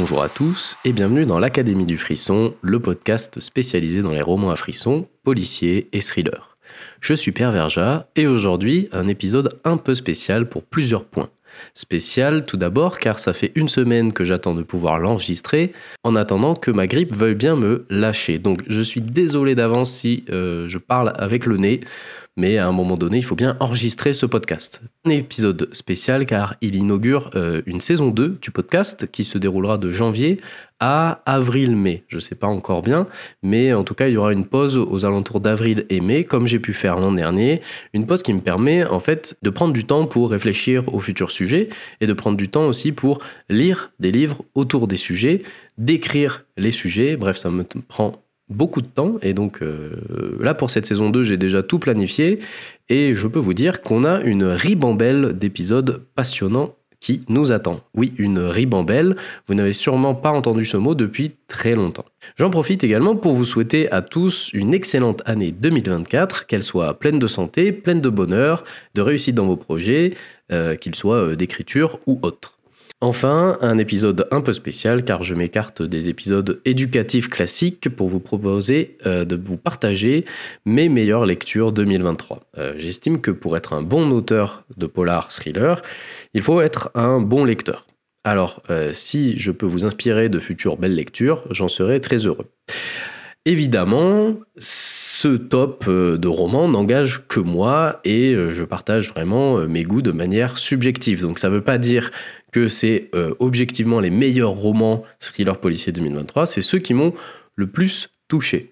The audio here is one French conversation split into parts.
bonjour à tous et bienvenue dans l'Académie du Frisson, le podcast spécialisé dans les romans à frissons, policiers et thrillers. Je suis Pierre Verja et aujourd'hui un épisode un peu spécial pour plusieurs points. Spécial tout d'abord car ça fait une semaine que j'attends de pouvoir l'enregistrer en attendant que ma grippe veuille bien me lâcher. Donc je suis désolé d'avance si je parle avec le nez. Mais à un moment donné, il faut bien enregistrer ce podcast. Un épisode spécial car il inaugure une saison 2 du podcast qui se déroulera de janvier à avril-mai. Je ne sais pas encore bien, mais en tout cas, il y aura une pause aux alentours d'avril et mai, comme j'ai pu faire l'an dernier. Une pause qui me permet en fait de prendre du temps pour réfléchir aux futurs sujets et de prendre du temps aussi pour lire des livres autour des sujets, d'écrire les sujets. Bref, ça me prend beaucoup de temps et donc là pour cette saison 2 j'ai déjà tout planifié et je peux vous dire qu'on a une ribambelle d'épisodes passionnants qui nous attend. Oui, une ribambelle, vous n'avez sûrement pas entendu ce mot depuis très longtemps. J'en profite également pour vous souhaiter à tous une excellente année 2024, qu'elle soit pleine de santé, pleine de bonheur, de réussite dans vos projets, qu'ils soient d'écriture ou autres. Enfin, un épisode un peu spécial car je m'écarte des épisodes éducatifs classiques pour vous proposer de vous partager mes meilleures lectures 2023. J'estime que pour être un bon auteur de polar thriller, il faut être un bon lecteur. Alors, si je peux vous inspirer de futures belles lectures, j'en serai très heureux. Évidemment, ce top de romans n'engage que moi et je partage vraiment mes goûts de manière subjective. Donc ça ne veut pas dire que c'est objectivement les meilleurs romans thriller policiers 2023, c'est ceux qui m'ont le plus touché.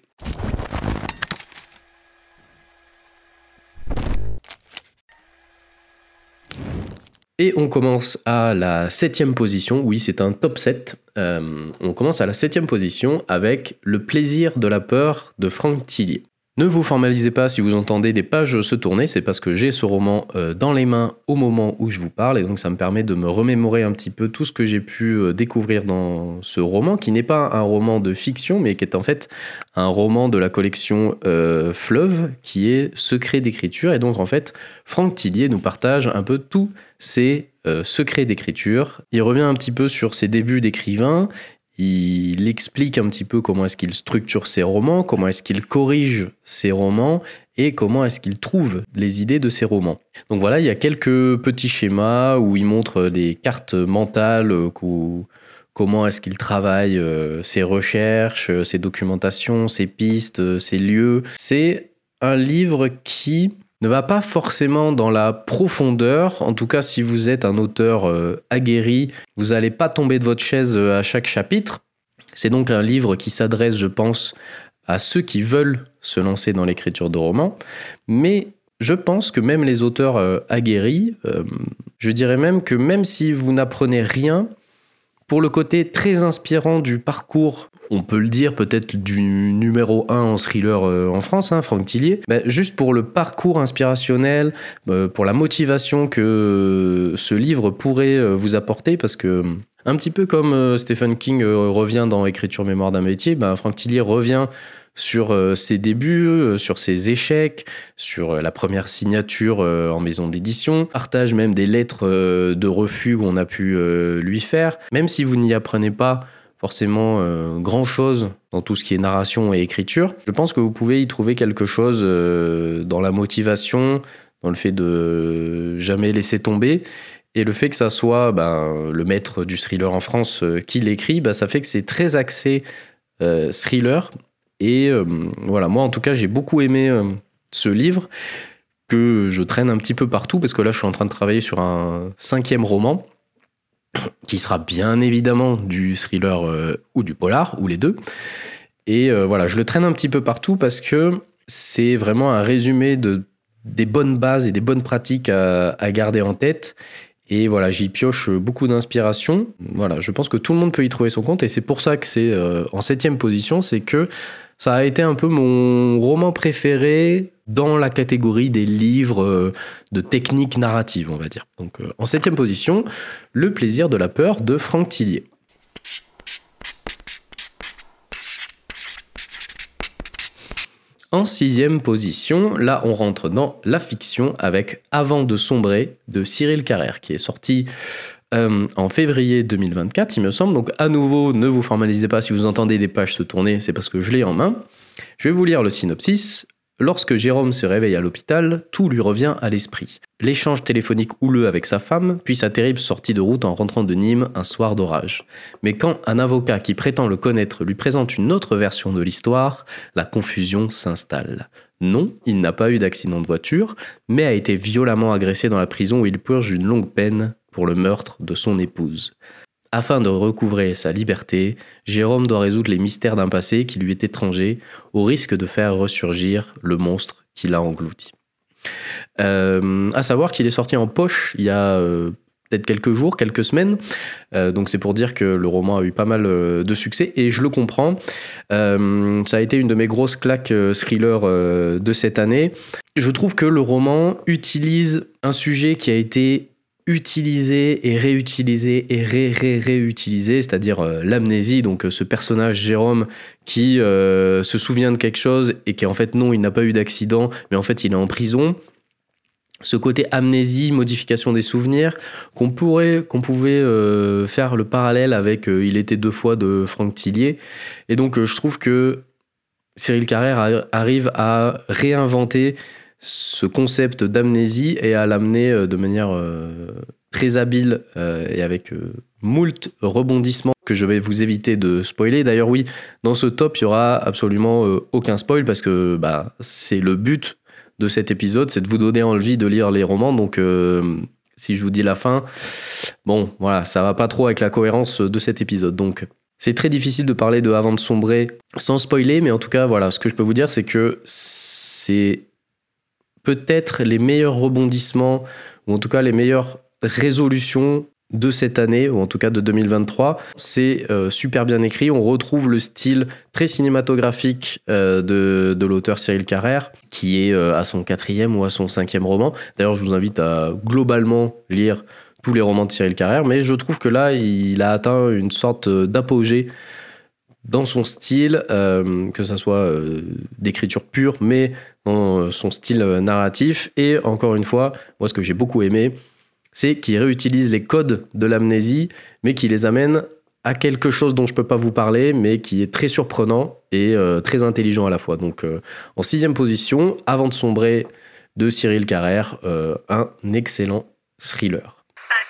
Et on commence à la 7e position, oui c'est un top 7, on commence à la 7e position avec Le plaisir de la peur de Franck Thillier. Ne vous formalisez pas si vous entendez des pages se tourner, c'est parce que j'ai ce roman dans les mains au moment où je vous parle et donc ça me permet de me remémorer un petit peu tout ce que j'ai pu découvrir dans ce roman qui n'est pas un roman de fiction mais qui est en fait un roman de la collection Fleuve qui est Secrets d'écriture et donc en fait Franck Thillier nous partage un peu tous ses secrets d'écriture. Il revient un petit peu sur ses débuts d'écrivain. Il explique un petit peu comment est-ce qu'il structure ses romans, comment est-ce qu'il corrige ses romans et comment est-ce qu'il trouve les idées de ses romans. Donc voilà, il y a quelques petits schémas où il montre les cartes mentales, comment est-ce qu'il travaille ses recherches, ses documentations, ses pistes, ses lieux. C'est un livre qui ne va pas forcément dans la profondeur. En tout cas, si vous êtes un auteur aguerri, vous n'allez pas tomber de votre chaise à chaque chapitre. C'est donc un livre qui s'adresse, je pense, à ceux qui veulent se lancer dans l'écriture de romans. Mais je pense que même les auteurs aguerris, je dirais même que même si vous n'apprenez rien, pour le côté très inspirant du parcours, on peut le dire peut-être du numéro 1 en thriller en France, Franck Thillier, juste pour le parcours inspirationnel, pour la motivation que ce livre pourrait vous apporter, parce que un petit peu comme Stephen King revient dans Écriture mémoire d'un métier, Franck Thillier revient sur ses débuts, sur ses échecs, sur la première signature en maison d'édition, partage même des lettres de refus qu'on a pu lui faire. Même si vous n'y apprenez pas forcément grand-chose dans tout ce qui est narration et écriture, je pense que vous pouvez y trouver quelque chose dans la motivation, dans le fait de jamais laisser tomber. Et le fait que ça soit le maître du thriller en France qui l'écrit, ça fait que c'est très axé thriller. Et voilà, moi en tout cas j'ai beaucoup aimé ce livre que je traîne un petit peu partout parce que là je suis en train de travailler sur un 5e roman qui sera bien évidemment du thriller ou du polar, ou les deux. Et voilà, je le traîne un petit peu partout parce que c'est vraiment un résumé des bonnes bases et des bonnes pratiques à garder en tête. Et voilà, j'y pioche beaucoup d'inspiration. Voilà, je pense que tout le monde peut y trouver son compte et c'est pour ça que c'est en 7e position, c'est que ça a été un peu mon roman préféré dans la catégorie des livres de technique narrative, on va dire. Donc en 7e position, Le plaisir de la peur de Franck Thillier. En 6e position, là on rentre dans la fiction avec Avant de sombrer de Cyril Carrère, qui est sorti en février 2024, il me semble. Donc à nouveau, ne vous formalisez pas si vous entendez des pages se tourner, c'est parce que je l'ai en main. Je vais vous lire le synopsis. Lorsque Jérôme se réveille à l'hôpital, tout lui revient à l'esprit. L'échange téléphonique houleux avec sa femme, puis sa terrible sortie de route en rentrant de Nîmes un soir d'orage. Mais quand un avocat qui prétend le connaître lui présente une autre version de l'histoire, la confusion s'installe. Non, il n'a pas eu d'accident de voiture, mais a été violemment agressé dans la prison où il purge une longue peine pour le meurtre de son épouse. Afin de recouvrer sa liberté, Jérôme doit résoudre les mystères d'un passé qui lui est étranger, au risque de faire ressurgir le monstre qui l'a englouti. À savoir qu'il est sorti en poche il y a peut-être quelques jours, quelques semaines, donc c'est pour dire que le roman a eu pas mal de succès, et je le comprends. Ça a été une de mes grosses claques thriller de cette année. Je trouve que le roman utilise un sujet qui a été utilisé et réutilisé et réutilisé, c'est-à-dire l'amnésie, donc ce personnage Jérôme qui se souvient de quelque chose et qui en fait non, il n'a pas eu d'accident, mais en fait il est en prison. Ce côté amnésie, modification des souvenirs, qu'on pouvait faire le parallèle avec Il était deux fois de Franck Tillier. Et donc je trouve que Cyril Carrère arrive à réinventer ce concept d'amnésie et à l'amener de manière très habile et avec moult rebondissements que je vais vous éviter de spoiler. D'ailleurs oui, dans ce top, il y aura absolument aucun spoil parce que c'est le but de cet épisode, c'est de vous donner envie de lire les romans. Donc si je vous dis la fin, bon voilà, ça va pas trop avec la cohérence de cet épisode. Donc c'est très difficile de parler de Avant de sombrer sans spoiler, mais en tout cas voilà, ce que je peux vous dire, c'est que c'est peut-être les meilleurs rebondissements, ou en tout cas les meilleures résolutions de cette année, ou en tout cas de 2023. C'est super bien écrit, on retrouve le style très cinématographique de l'auteur Cyril Carrère, qui est à son 4e ou à son 5e roman. D'ailleurs, je vous invite à globalement lire tous les romans de Cyril Carrère, mais je trouve que là, il a atteint une sorte d'apogée dans son style, que ça soit d'écriture pure, mais dans son style narratif. Et encore une fois, moi ce que j'ai beaucoup aimé, c'est qu'il réutilise les codes de l'amnésie, mais qui les amène à quelque chose dont je ne peux pas vous parler, mais qui est très surprenant et très intelligent à la fois. Donc en 6e position, Avant de sombrer de Cyril Carrère, un excellent thriller.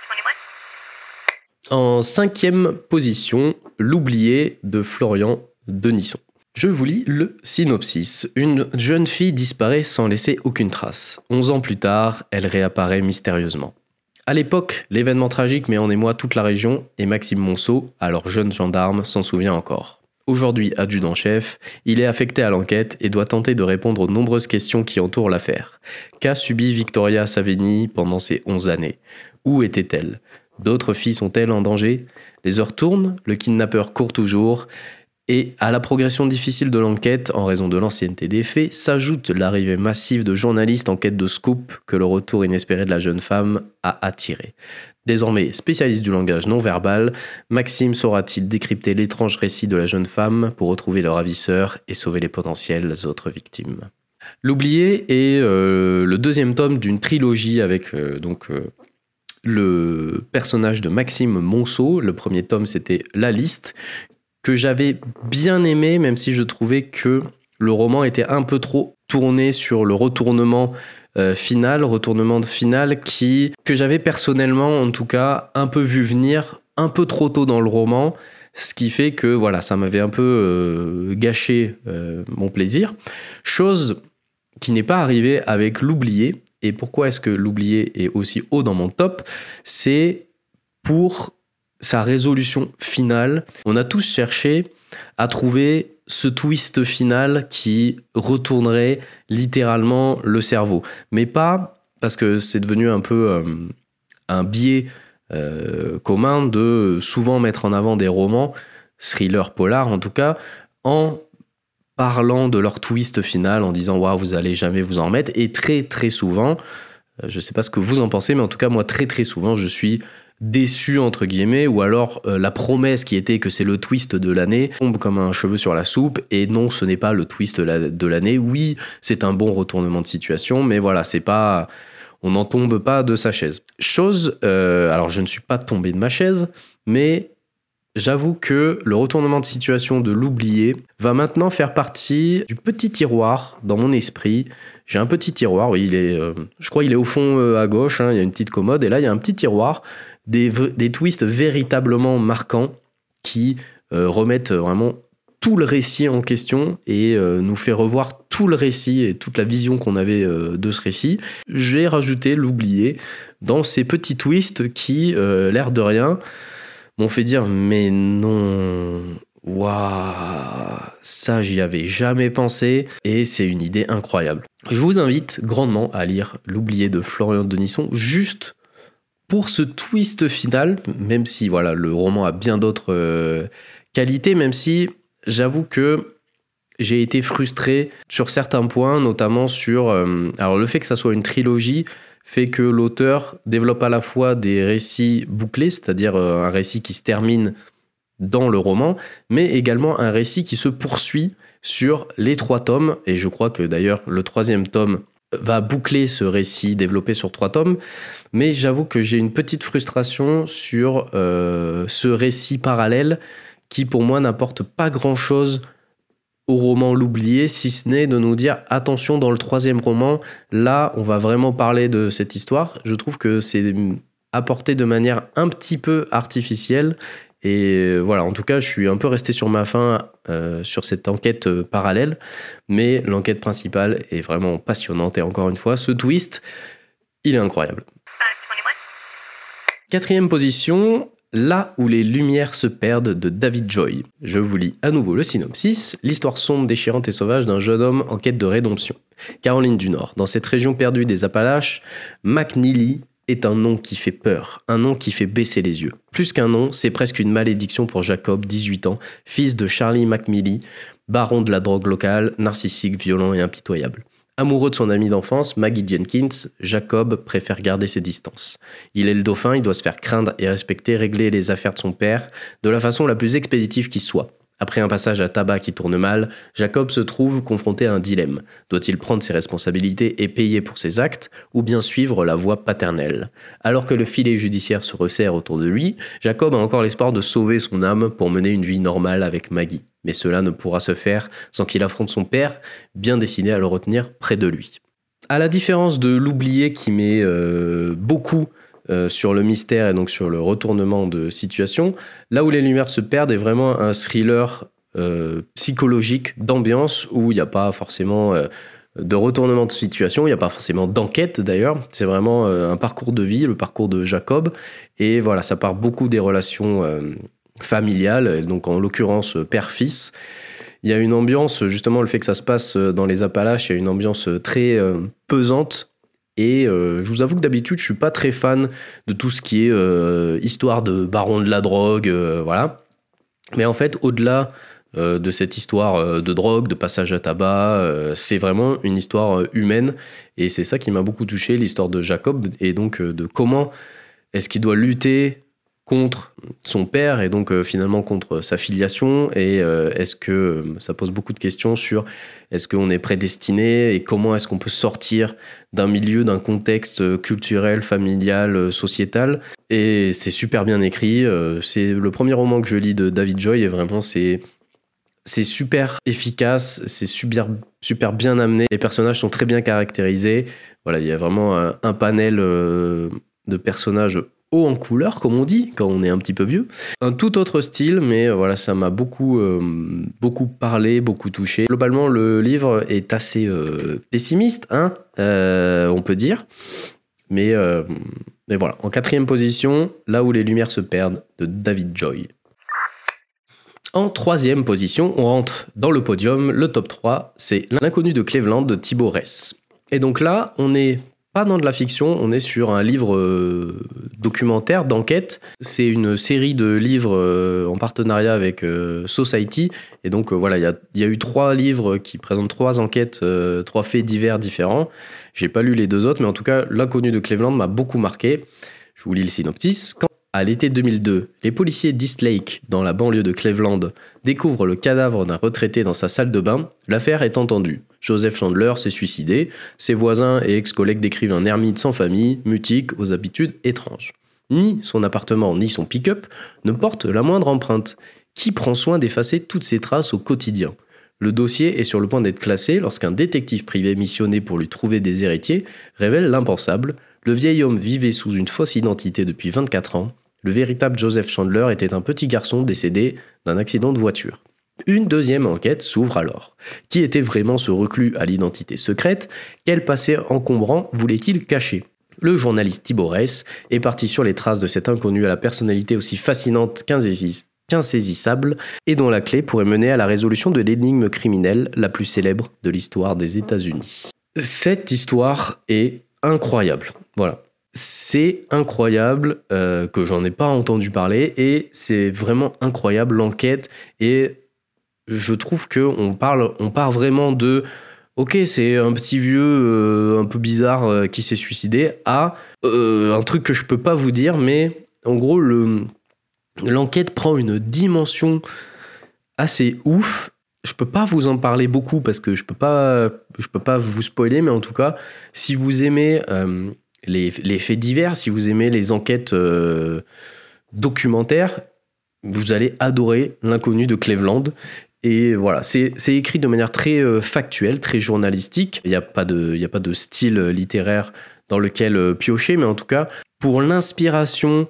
En 5e position, L'oublié de Florian Denisson. Je vous lis le synopsis. Une jeune fille disparaît sans laisser aucune trace. 11 ans plus tard, elle réapparaît mystérieusement. À l'époque, l'événement tragique met en émoi toute la région et Maxime Monceau, alors jeune gendarme, s'en souvient encore. Aujourd'hui adjudant-chef, il est affecté à l'enquête et doit tenter de répondre aux nombreuses questions qui entourent l'affaire. Qu'a subi Victoria Saveni pendant ces 11 années ? Où était-elle ? D'autres filles sont-elles en danger ? Les heures tournent, le kidnappeur court toujours, et à la progression difficile de l'enquête, en raison de l'ancienneté des faits, s'ajoute l'arrivée massive de journalistes en quête de scoop que le retour inespéré de la jeune femme a attiré. Désormais spécialiste du langage non verbal, Maxime saura-t-il décrypter l'étrange récit de la jeune femme pour retrouver le ravisseur et sauver les potentielles autres victimes ? L'oublié est le 2e tome d'une trilogie avec le personnage de Maxime Monceau. Le premier tome, c'était La Liste, que j'avais bien aimé, même si je trouvais que le roman était un peu trop tourné sur le retournement final que j'avais personnellement, en tout cas, un peu vu venir un peu trop tôt dans le roman, ce qui fait que voilà, ça m'avait un peu gâché mon plaisir. Chose qui n'est pas arrivée avec L'oublié. Et pourquoi est-ce que L'oublié est aussi haut dans mon top ? C'est pour sa résolution finale. On a tous cherché à trouver ce twist final qui retournerait littéralement le cerveau. Mais pas parce que c'est devenu un peu un biais commun de souvent mettre en avant des romans, thrillers polars en tout cas, en parlant de leur twist final, en disant « Waouh, vous allez jamais vous en remettre ». Et très très souvent, je sais pas ce que vous en pensez, mais en tout cas moi très très souvent je suis déçu entre guillemets, ou alors la promesse qui était que c'est le twist de l'année tombe comme un cheveu sur la soupe, et non, ce n'est pas le twist de l'année. Oui, c'est un bon retournement de situation, mais voilà, c'est pas, on n'en tombe pas de sa chaise. Alors je ne suis pas tombé de ma chaise, mais j'avoue que le retournement de situation de l'oublié va maintenant faire partie du petit tiroir dans mon esprit. J'ai un petit tiroir, oui, je crois qu'il est au fond à gauche, hein, il y a une petite commode, et là il y a un petit tiroir, des twists véritablement marquants qui remettent vraiment tout le récit en question et nous fait revoir tout le récit et toute la vision qu'on avait de ce récit. J'ai rajouté l'oublié dans ces petits twists qui, l'air de rien, m'ont fait dire mais non, waouh, ça j'y avais jamais pensé et c'est une idée incroyable. Je vous invite grandement à lire L'oublié de Florian Denisson juste pour ce twist final, même si voilà, le roman a bien d'autres qualités, même si j'avoue que j'ai été frustré sur certains points, notamment sur alors le fait que ça soit une trilogie fait que l'auteur développe à la fois des récits bouclés, c'est-à-dire un récit qui se termine dans le roman, mais également un récit qui se poursuit sur les 3 tomes, et je crois que d'ailleurs le 3e tome va boucler ce récit développé sur 3 tomes, mais j'avoue que j'ai une petite frustration sur ce récit parallèle qui pour moi n'apporte pas grand-chose au roman L'oublié, si ce n'est de nous dire attention, dans le 3e roman, là on va vraiment parler de cette histoire. Je trouve que c'est apporté de manière un petit peu artificielle et voilà, en tout cas je suis un peu resté sur ma faim sur cette enquête parallèle, mais l'enquête principale est vraiment passionnante et encore une fois ce twist il est incroyable. 4e position, Là où les lumières se perdent de David Joy. Je vous lis à nouveau le synopsis. L'histoire sombre, déchirante et sauvage d'un jeune homme en quête de rédemption. Caroline du Nord. Dans cette région perdue des Appalaches, McNeely est un nom qui fait peur, un nom qui fait baisser les yeux. Plus qu'un nom, c'est presque une malédiction pour Jacob, 18 ans, fils de Charlie McNeely, baron de la drogue locale, narcissique, violent et impitoyable. Amoureux de son ami d'enfance, Maggie Jenkins, Jacob préfère garder ses distances. Il est le dauphin, il doit se faire craindre et respecter, régler les affaires de son père de la façon la plus expéditive qui soit. Après un passage à tabac qui tourne mal, Jacob se trouve confronté à un dilemme. Doit-il prendre ses responsabilités et payer pour ses actes, ou bien suivre la voie paternelle ? Alors que le filet judiciaire se resserre autour de lui, Jacob a encore l'espoir de sauver son âme pour mener une vie normale avec Maggie. Mais cela ne pourra se faire sans qu'il affronte son père, bien décidé à le retenir près de lui. À la différence de L'oublié qui met beaucoup sur le mystère et donc sur le retournement de situation, Là où les lumières se perdent est vraiment un thriller psychologique d'ambiance où il n'y a pas forcément de retournement de situation, il n'y a pas forcément d'enquête d'ailleurs, c'est vraiment un parcours de vie, le parcours de Jacob, et voilà, ça part beaucoup des relations familiale, donc en l'occurrence père-fils. Il y a une ambiance, justement le fait que ça se passe dans les Appalaches, il y a une ambiance très pesante et je vous avoue que d'habitude je suis pas très fan de tout ce qui est histoire de baron de la drogue, voilà. Mais en fait au-delà de cette histoire de drogue, de passage à tabac, c'est vraiment une histoire humaine et c'est ça qui m'a beaucoup touché, l'histoire de Jacob et donc de comment est-ce qu'il doit lutter contre son père et donc finalement contre sa filiation et est-ce que ça pose beaucoup de questions sur est-ce qu'on est prédestiné et comment est-ce qu'on peut sortir d'un milieu, d'un contexte culturel, familial, sociétal et c'est super bien écrit, c'est le premier roman que je lis de David Joy et vraiment c'est super efficace, c'est super bien amené, les personnages sont très bien caractérisés, voilà, il y a vraiment un panel de personnages haut en couleur, comme on dit, quand on est un petit peu vieux. Un tout autre style, mais voilà, ça m'a beaucoup parlé, beaucoup touché. Globalement, le livre est assez pessimiste, hein, on peut dire. Mais voilà, en 4e position, Là où les lumières se perdent, de David Joy. En 3e position, on rentre dans le podium, le top 3, c'est L'inconnu de Cleveland de Thibaut Ress. Et donc là, on n'est pas dans de la fiction, on est sur un livre documentaire d'enquête. C'est une série de livres en partenariat avec Society. Et donc voilà, il y a eu 3 livres qui présentent 3 enquêtes, 3 faits divers différents. J'ai pas lu les 2 autres, mais en tout cas, L'inconnu de Cleveland m'a beaucoup marqué. Je vous lis le synopsis. Quand, à l'été 2002, les policiers d'East Lake, dans la banlieue de Cleveland, découvrent le cadavre d'un retraité dans sa salle de bain, l'affaire est entendue. Joseph Chandler s'est suicidé. Ses voisins et ex-collègues décrivent un ermite sans famille, mutique, aux habitudes étranges. Ni son appartement, ni son pick-up ne portent la moindre empreinte. Qui prend soin d'effacer toutes ces traces au quotidien ? Le dossier est sur le point d'être classé lorsqu'un détective privé missionné pour lui trouver des héritiers révèle l'impensable. Le vieil homme vivait sous une fausse identité depuis 24 ans. Le véritable Joseph Chandler était un petit garçon décédé d'un accident de voiture. Une deuxième enquête s'ouvre alors. Qui était vraiment ce reclus à l'identité secrète ? Quel passé encombrant voulait-il cacher ? Le journaliste Thibaut Reiss est parti sur les traces de cet inconnu à la personnalité aussi fascinante qu'insaisissable et dont la clé pourrait mener à la résolution de l'énigme criminelle la plus célèbre de l'histoire des États-Unis. Cette histoire est incroyable. Voilà. C'est incroyable que j'en ai pas entendu parler et c'est vraiment incroyable l'enquête et je trouve qu'on part vraiment de ok, c'est un petit vieux un peu bizarre qui s'est suicidé à un truc que je peux pas vous dire, mais en gros l'enquête prend une dimension assez ouf. Je peux pas vous en parler beaucoup parce que je peux pas vous spoiler, mais en tout cas, si vous aimez les faits divers, si vous aimez les enquêtes documentaires, vous allez adorer L'inconnu de Cleveland. Et voilà, c'est écrit de manière très factuelle, très journalistique. Il n'y a pas de style littéraire dans lequel piocher, mais en tout cas, pour l'inspiration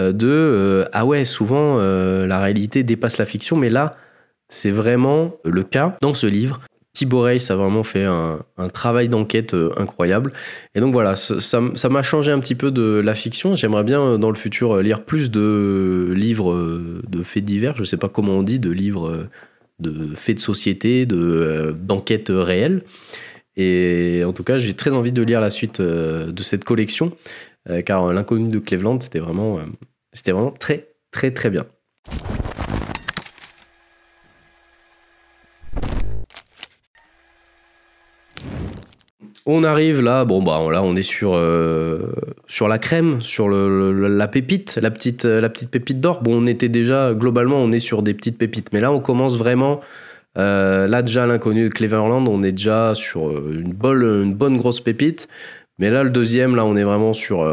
ah ouais, souvent la réalité dépasse la fiction, mais là, c'est vraiment le cas dans ce livre. Thibaut Reiss a vraiment fait un travail d'enquête incroyable. Et donc voilà, ça m'a changé un petit peu de la fiction. J'aimerais bien dans le futur lire plus de livres de faits divers. Je ne sais pas comment on dit, de livres de faits de société, d'enquêtes réelles. Et en tout cas, j'ai très envie de lire la suite de cette collection, car L'inconnu de Cleveland, c'était vraiment très, très, très bien. On arrive là, là on est sur la crème, sur la pépite, la petite pépite d'or. Bon, on était déjà, globalement, on est sur des petites pépites. Mais là, on commence vraiment, là déjà, L'inconnu de Cleveland, on est déjà sur une bonne grosse pépite. Mais là, le deuxième, là, on est vraiment sur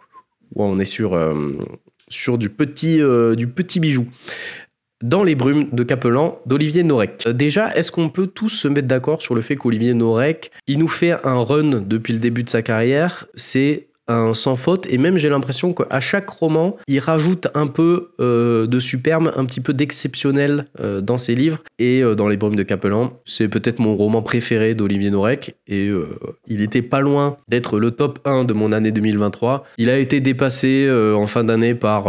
du petit bijou. Dans les brumes de Capelan, d'Olivier Norek. Déjà, est-ce qu'on peut tous se mettre d'accord sur le fait qu'Olivier Norek, il nous fait un run depuis le début de sa carrière, c'est un sans faute, et même j'ai l'impression qu'à chaque roman, il rajoute un peu de superbe, un petit peu d'exceptionnel dans ses livres, et dans les brumes de Capelan, c'est peut-être mon roman préféré d'Olivier Norek, et il était pas loin d'être le top 1 de mon année 2023. Il a été dépassé en fin d'année par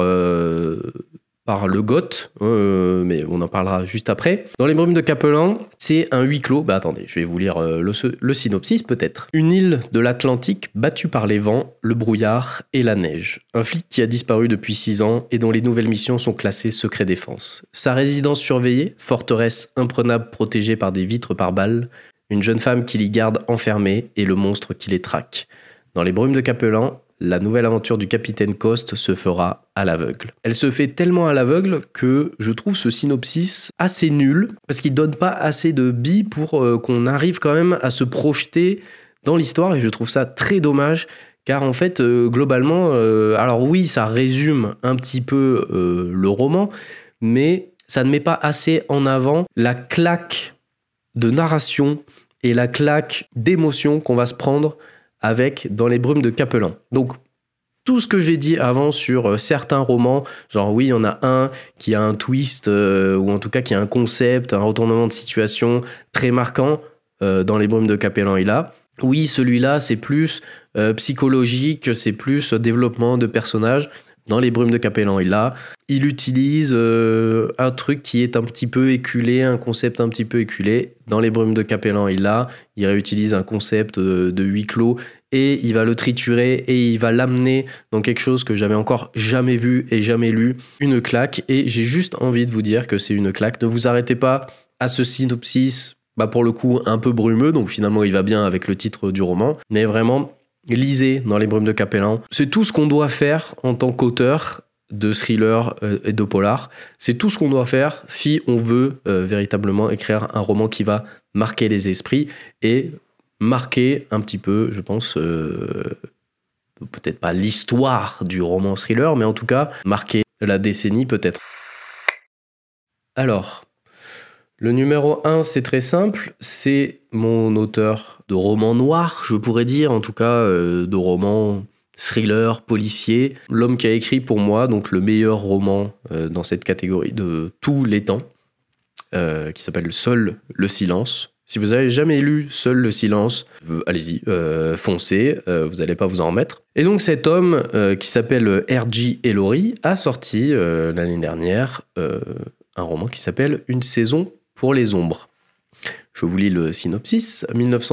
le GOT, mais on en parlera juste après. Dans les brumes de Capelan, c'est un huis clos. Attendez, je vais vous lire le synopsis peut-être. Une île de l'Atlantique battue par les vents, le brouillard et la neige. Un flic qui a disparu depuis 6 ans et dont les nouvelles missions sont classées secret défense. Sa résidence surveillée, forteresse imprenable protégée par des vitres par balles. Une jeune femme qui l'y garde enfermée et le monstre qui les traque. Dans les brumes de Capelan, la nouvelle aventure du capitaine Coste se fera à l'aveugle. Elle se fait tellement à l'aveugle que je trouve ce synopsis assez nul, parce qu'il donne pas assez de billes pour qu'on arrive quand même à se projeter dans l'histoire, et je trouve ça très dommage, car en fait, globalement, alors oui, ça résume un petit peu le roman, mais ça ne met pas assez en avant la claque de narration et la claque d'émotion qu'on va se prendre avec Dans les brumes de Capelan. Donc, tout ce que j'ai dit avant sur certains romans, genre oui, il y en a un qui a un twist, ou en tout cas qui a un concept, un retournement de situation très marquant, Dans les brumes de Capelan il a. Oui, celui-là, c'est plus psychologique, c'est plus développement de personnages. Dans les brumes de Capelan il utilise un truc qui est un petit peu éculé, un concept un petit peu éculé. Dans les brumes de Capelan il réutilise un concept de huis clos et il va le triturer et il va l'amener dans quelque chose que j'avais encore jamais vu et jamais lu. Une claque, et j'ai juste envie de vous dire que c'est une claque. Ne vous arrêtez pas à ce synopsis, pour le coup un peu brumeux, donc finalement il va bien avec le titre du roman, mais vraiment... Lisez Dans les brumes de Capelan. C'est tout ce qu'on doit faire en tant qu'auteur de thriller et de polar. C'est tout ce qu'on doit faire si on veut véritablement écrire un roman qui va marquer les esprits et marquer un petit peu, je pense, peut-être pas l'histoire du roman thriller, mais en tout cas, marquer la décennie peut-être. Alors, le numéro 1, c'est très simple, c'est mon auteur de romans noirs, je pourrais dire, en tout cas de romans thriller, policier, l'homme qui a écrit pour moi donc le meilleur roman dans cette catégorie de tous les temps, qui s'appelle Seul le silence. Si vous avez jamais lu Seul le silence, allez-y, foncez, vous n'allez pas vous en remettre. Et donc cet homme qui s'appelle R.J. Ellory a sorti l'année dernière un roman qui s'appelle Une saison pour les ombres. Je vous lis le synopsis.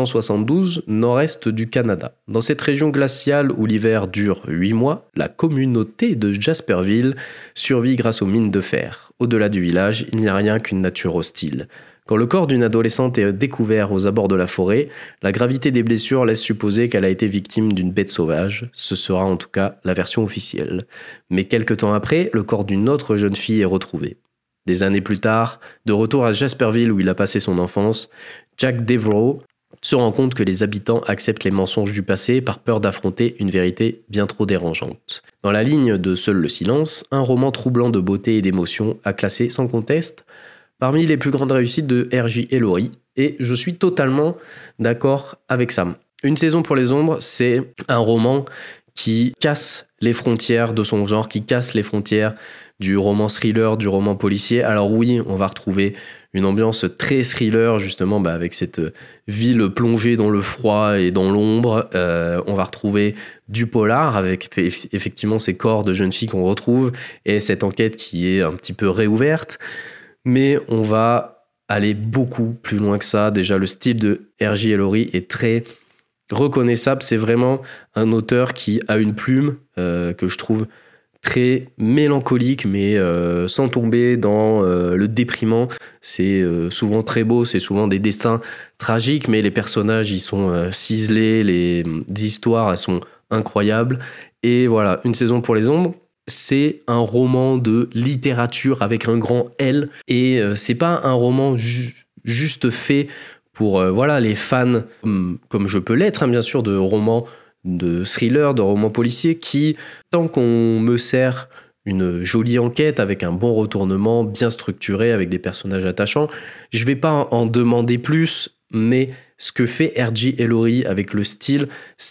1972, nord-est du Canada. Dans cette région glaciale où l'hiver dure 8 mois, la communauté de Jasperville survit grâce aux mines de fer. Au-delà du village, il n'y a rien qu'une nature hostile. Quand le corps d'une adolescente est découvert aux abords de la forêt, la gravité des blessures laisse supposer qu'elle a été victime d'une bête sauvage. Ce sera en tout cas la version officielle. Mais quelque temps après, le corps d'une autre jeune fille est retrouvé. Des années plus tard, de retour à Jasperville où il a passé son enfance, Jack Devereaux se rend compte que les habitants acceptent les mensonges du passé par peur d'affronter une vérité bien trop dérangeante. Dans la ligne de Seul le silence, un roman troublant de beauté et d'émotion à classer sans conteste parmi les plus grandes réussites de R.J. Ellory, et je suis totalement d'accord avec Sam. Une saison pour les ombres, c'est un roman qui casse les frontières de son genre, qui casse les frontières du roman thriller, du roman policier. Alors oui, on va retrouver une ambiance très thriller, justement, avec cette ville plongée dans le froid et dans l'ombre. On va retrouver du polar, avec effectivement ces corps de jeunes filles qu'on retrouve, et cette enquête qui est un petit peu réouverte. Mais on va aller beaucoup plus loin que ça. Déjà, le style de R.J. Ellory est très reconnaissable. C'est vraiment un auteur qui a une plume que je trouve très mélancolique, mais sans tomber dans le déprimant. C'est souvent très beau, c'est souvent des destins tragiques, mais les personnages, ils sont ciselés, les histoires, elles sont incroyables. Et voilà, Une saison pour les ombres, c'est un roman de littérature avec un grand L, et c'est pas un roman juste fait pour les fans, comme je peux l'être, bien sûr, de romans de thriller, de romans policiers, qui, tant qu'on me sert une jolie enquête avec un bon retournement, bien structuré, avec des personnages attachants, je vais pas en demander plus, mais ce que fait R.J. Ellory avec le style,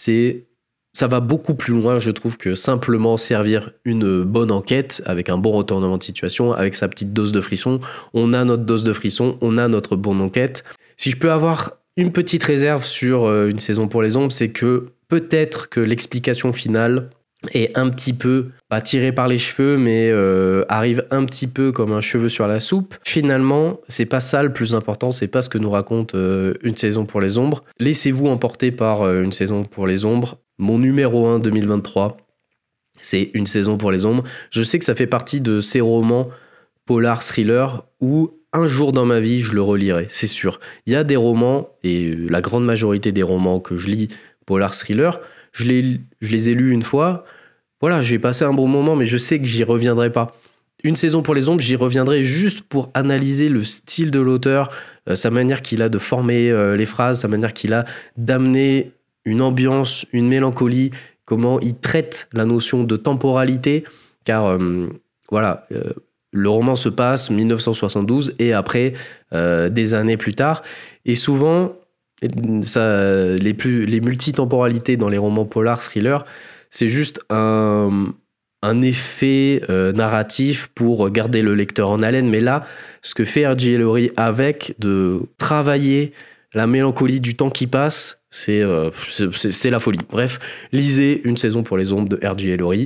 ça va beaucoup plus loin, je trouve, que simplement servir une bonne enquête avec un bon retournement de situation, avec sa petite dose de frisson. On a notre dose de frisson, on a notre bonne enquête. Si je peux avoir une petite réserve sur Une saison pour les ombres, c'est que peut-être que l'explication finale est un petit peu, pas tirée par les cheveux, mais arrive un petit peu comme un cheveu sur la soupe. Finalement, c'est pas ça le plus important, c'est pas ce que nous raconte Une saison pour les ombres. Laissez-vous emporter par Une saison pour les ombres. Mon numéro 1 2023, c'est Une saison pour les ombres. Je sais que ça fait partie de ces romans polar thriller où un jour dans ma vie, je le relirai, c'est sûr. Il y a des romans, et la grande majorité des romans que je lis polar thriller, je les ai lus une fois. Voilà, j'ai passé un bon moment, mais je sais que j'y reviendrai pas. Une saison pour les ombres, j'y reviendrai juste pour analyser le style de l'auteur, sa manière qu'il a de former les phrases, sa manière qu'il a d'amener une ambiance, une mélancolie, comment il traite la notion de temporalité, car le roman se passe 1972 et après, des années plus tard, et souvent, les multitemporalités dans les romans polar thriller, c'est juste un effet narratif pour garder le lecteur en haleine. Mais là, ce que fait R.J. Ellory avec de travailler la mélancolie du temps qui passe, c'est la folie. Bref, lisez Une saison pour les ombres de R.J. Ellory.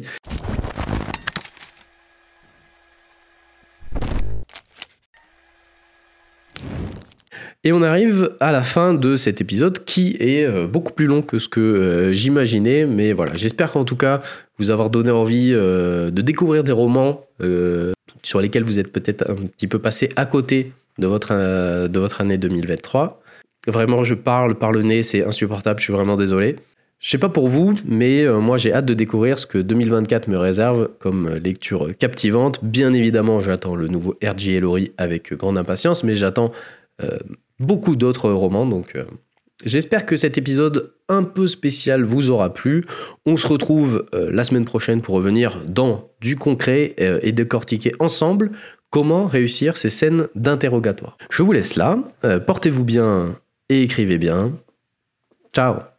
Et on arrive à la fin de cet épisode qui est beaucoup plus long que ce que j'imaginais. Mais voilà, j'espère qu'en tout cas, vous avoir donné envie de découvrir des romans sur lesquels vous êtes peut-être un petit peu passé à côté de votre année 2023. Vraiment, je parle par le nez, c'est insupportable, je suis vraiment désolé. Je sais pas pour vous, mais moi j'ai hâte de découvrir ce que 2024 me réserve comme lecture captivante. Bien évidemment, j'attends le nouveau R.J. Ellory avec grande impatience, mais j'attends beaucoup d'autres romans. Donc j'espère que cet épisode un peu spécial vous aura plu. On se retrouve la semaine prochaine pour revenir dans du concret et décortiquer ensemble comment réussir ces scènes d'interrogatoire. Je vous laisse là, portez-vous bien et écrivez bien. Ciao.